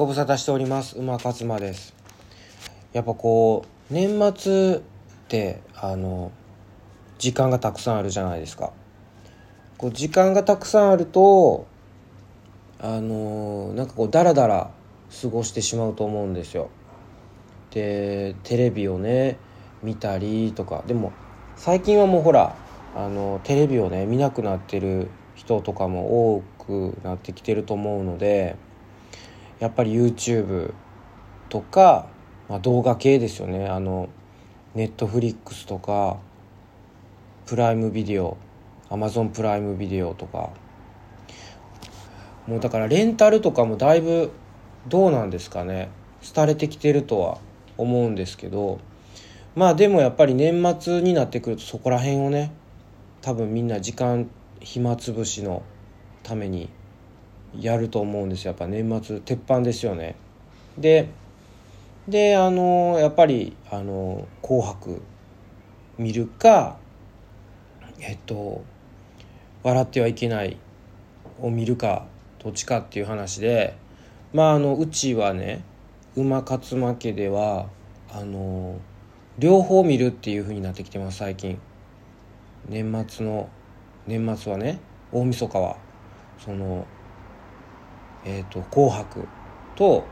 ご無沙汰しております。馬勝馬です。やっぱ年末って時間がたくさんあるじゃないですか。時間がたくさんあるとダラダラ過ごしてしまうと思うんですよ。でテレビをね見たりとか、でも最近はもうほらテレビをね見なくなってる人とかも多くなってきてると思うので、やっぱり YouTube とか、動画系ですよね。Netflix とかプライムビデオ、Amazon プライムビデオとか、もうだからレンタルとかもだいぶどうなんですかね、廃れてきてるとは思うんですけど、でもやっぱり年末になってくるとそこら辺をね、多分みんな暇つぶしのためにやると思うんですよ。やっぱ年末鉄板ですよね。でやっぱり紅白見るか、笑ってはいけないを見るか、どっちかっていう話で、うちはね、馬勝間家では両方見るっていう風になってきてます。最近年末はね、大晦日は紅白と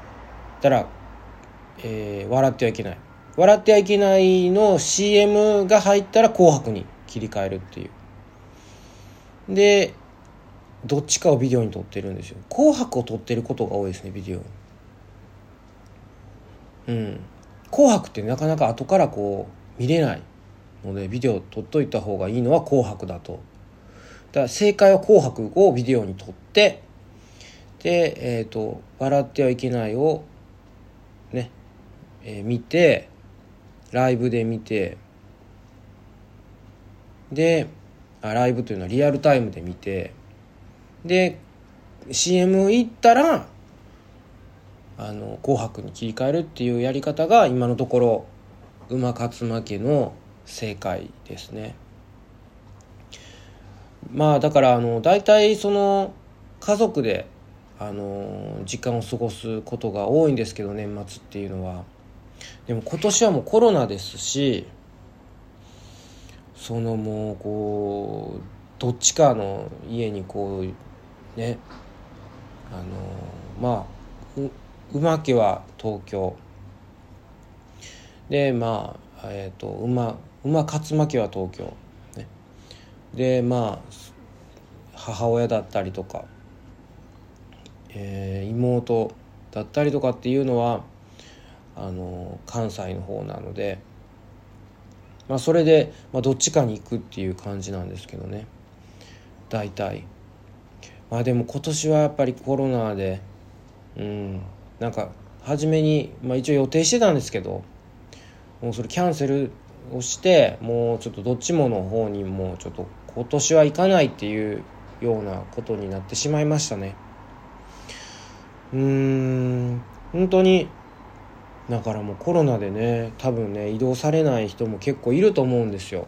笑ってはいけないの CM が入ったら紅白に切り替えるっていう。でどっちかをビデオに撮ってるんですよ。紅白を撮ってることが多いですね、ビデオに。紅白ってなかなか後から見れないので、ビデオ撮っといた方がいいのは紅白だと。だから正解は紅白をビデオに撮って、で笑ってはいけないをね、見て、ライブで見て、でライブというのはリアルタイムで見て、で CM 行ったら紅白に切り替えるっていうやり方が今のところ馬勝間家の正解ですね。だから大体家族で時間を過ごすことが多いんですけど、年末っていうのは。でも今年はもうコロナですし、もうどっちかの家にね、馬家は東京で、馬勝間家は東京、ね、で母親だったりとか、妹だったりとかっていうのは関西の方なので、それで、どっちかに行くっていう感じなんですけどね、大体。でも今年はやっぱりコロナで初めに、一応予定してたんですけど、もうそれキャンセルをして、もうちょっとどっちもの方にもうちょっと今年は行かないっていうようなことになってしまいましたね。本当にだからもうコロナでね、多分ね、移動されない人も結構いると思うんですよ。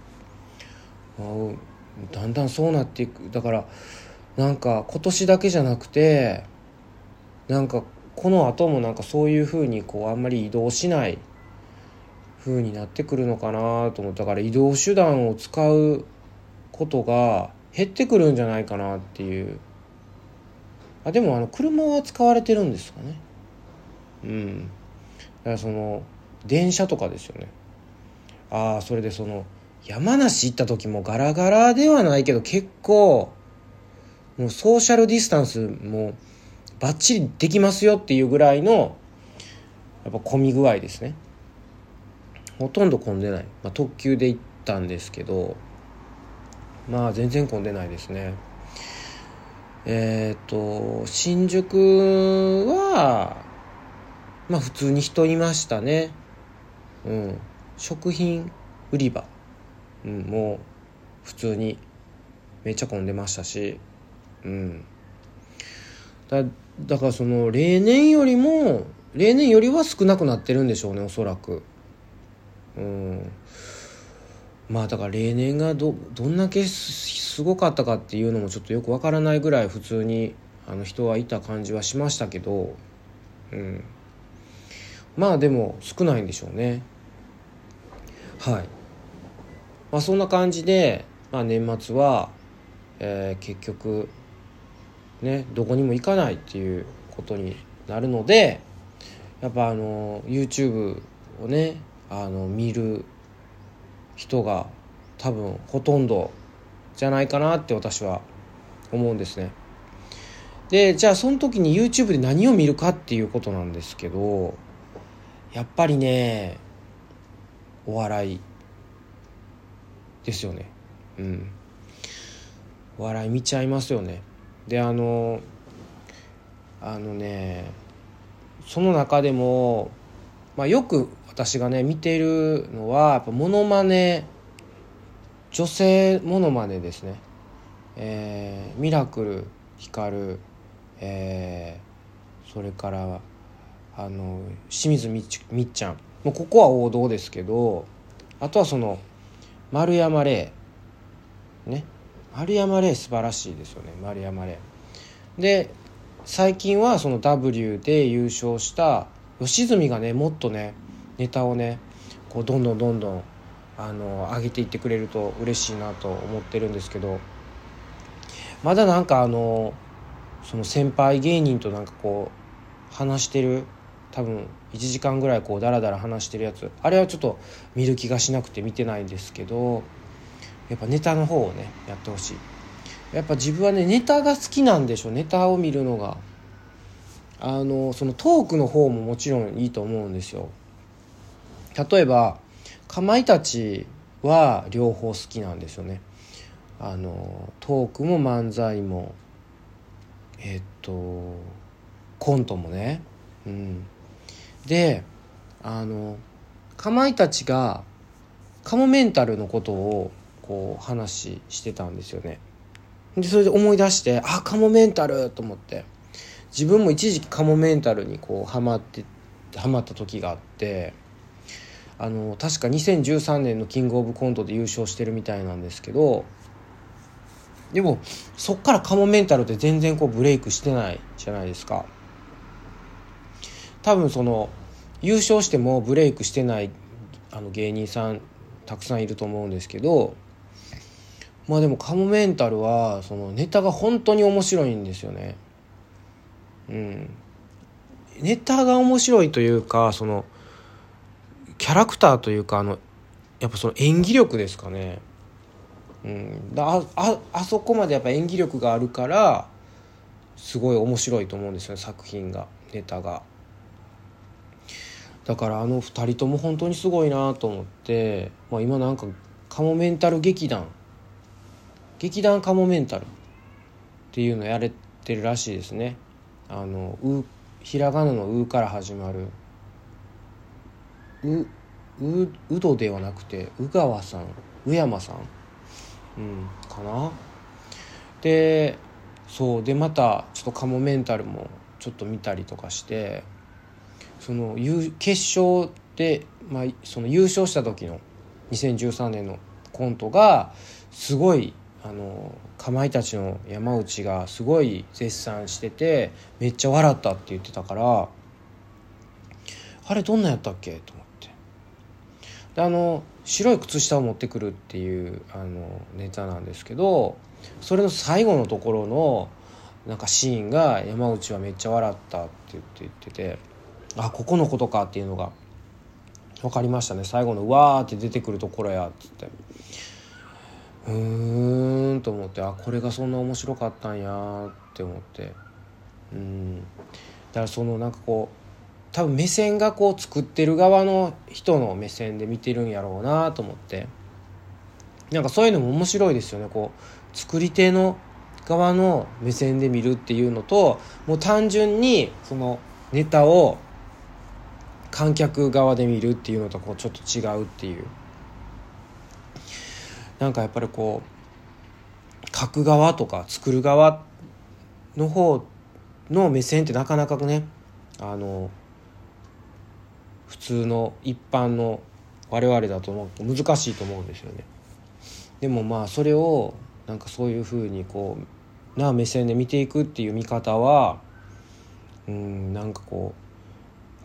だんだんそうなっていく。だから今年だけじゃなくて、この後もそういう風にあんまり移動しない風になってくるのかなと思った。だから移動手段を使うことが減ってくるんじゃないかなっていう。でも車は使われてるんですかね。だから電車とかですよね。それで山梨行った時もガラガラではないけど、結構もうソーシャルディスタンスもバッチリできますよっていうぐらいのやっぱ混み具合ですね。ほとんど混んでない。特急で行ったんですけど、全然混んでないですね。新宿は普通に人いましたね。食品売り場、もう普通にめっちゃ混んでましたし、だから例年よりは少なくなってるんでしょうね、おそらく。だから例年がどんだけすごかったかっていうのもちょっとよくわからないぐらい普通に人はいた感じはしましたけど、 まあでも少ないんでしょうね。はい。そんな感じで、年末は、結局ねどこにも行かないっていうことになるので、やっぱYouTube をね見る人が多分ほとんどじゃないかなって私は思うんですね。でじゃあその時に YouTube で何を見るかっていうことなんですけど、やっぱりねお笑いですよね。お笑い見ちゃいますよね。でその中でも、よく私がね見ているのはやっぱモノマネ、女性モノマネですね。ミラクルヒカル、それから清水みっちゃん、もうここは王道ですけど、あとはその丸山礼ね、丸山礼素晴らしいですよね。丸山礼で、最近はその W で優勝した吉住がねもっとねネタをねこうどんどん上げていってくれると嬉しいなと思ってるんですけど、まだなんかその先輩芸人となんかこう話してる、多分1時間ぐらいこうダラダラ話してるやつ、あれはちょっと見る気がしなくて見てないんですけど、やっぱネタの方をねやってほしい。やっぱ自分はねネタが好きなんでしょう。ネタを見るのがそのトークの方ももちろんいいと思うんですよ。例えばかまいたちは両方好きなんですよね。トークも漫才もコントもね。でかまいたちがカモメンタルのことをこう話してたんですよね。でそれで思い出して、カモメンタルと思って、自分も一時期カモメンタルにこうハマった時があって、確か2013年のキングオブコントで優勝してるみたいなんですけど、でもそっからカモメンタルで全然こうブレイクしてないじゃないですか。多分その優勝してもブレイクしてない芸人さんたくさんいると思うんですけど、でもカモメンタルはそのネタが本当に面白いんですよね。ネタが面白いというか、そのキャラクターというかやっぱその演技力ですかね。あそこまでやっぱ演技力があるからすごい面白いと思うんですよね、作品が、ネタが。だから2人とも本当にすごいなと思って、今なんかカモメンタル劇団カモメンタルっていうのやれてるらしいですね。ひらがなのうから始まるうどではなくて宇川さん、宇山さん、かな。でそうで、またちょっとカモメンタルもちょっと見たりとかして、その決勝で、その優勝した時の2013年のコントがすごいかまいたちの山内がすごい絶賛してて、めっちゃ笑ったって言ってたから、あれどんなんやったっけと思って、で白い靴下を持ってくるっていうネタなんですけど、それの最後のところのなんかシーンが山内はめっちゃ笑ったって言ってて、ここのことかっていうのが分かりましたね。最後のうわーって出てくるところやっつって、と思って、これがそんな面白かったんやって思って、だからそのなんかこう多分目線がこう作ってる側の人の目線で見てるんやろうなと思って、なんかそういうのも面白いですよね。こう作り手の側の目線で見るっていうのと、もう単純にそのネタを観客側で見るっていうのとこうちょっと違うっていう、なんかやっぱりこう書く側とか作る側の方の目線ってなかなかね普通の一般の我々だと思う難しいと思うんですよね。でもそれをなんかそういう風にこう目線で見ていくっていう見方はなんかこ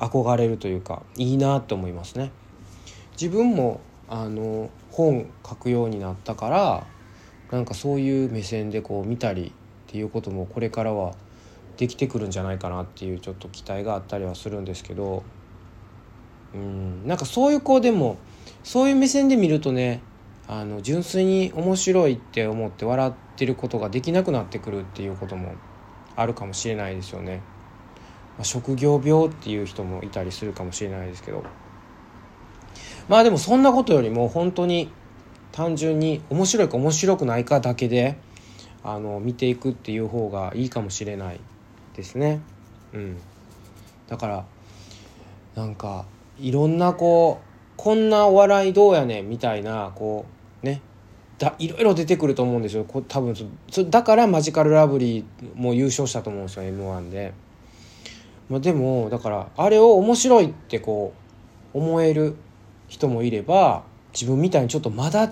憧れるというかいいなと思いますね。自分も本書くようになったから、なんかそういう目線でこう見たりっていうこともこれからはできてくるんじゃないかなっていうちょっと期待があったりはするんですけど、なんかそういうでもそういう目線で見るとね、純粋に面白いって思って笑ってることができなくなってくるっていうこともあるかもしれないですよね。職業病っていう人もいたりするかもしれないですけど、でもそんなことよりも本当に単純に面白いか面白くないかだけで見ていくっていう方がいいかもしれないですね。だからなんかいろんなこんなお笑いどうやねんみたいないろいろ出てくると思うんですよ。多分だからマジカルラブリーも優勝したと思うんですよ M1 で。でもだからあれを面白いって思える人もいれば、自分みたいにちょっとまだ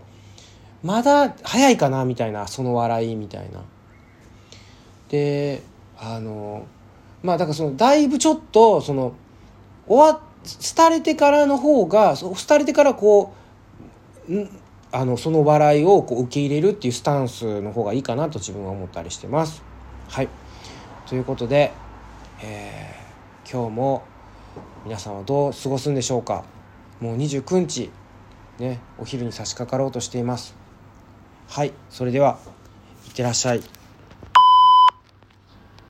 早いかなみたいな、その笑いみたいな。でだからだいぶちょっと廃れてからの方が、廃れてからその笑いを受け入れるっていうスタンスの方がいいかなと自分は思ったりしてます。はい、ということで、今日も皆さんはどう過ごすんでしょうか。もう29日ね、お昼に差し掛かろうとしています。はい、それではいってらっしゃい。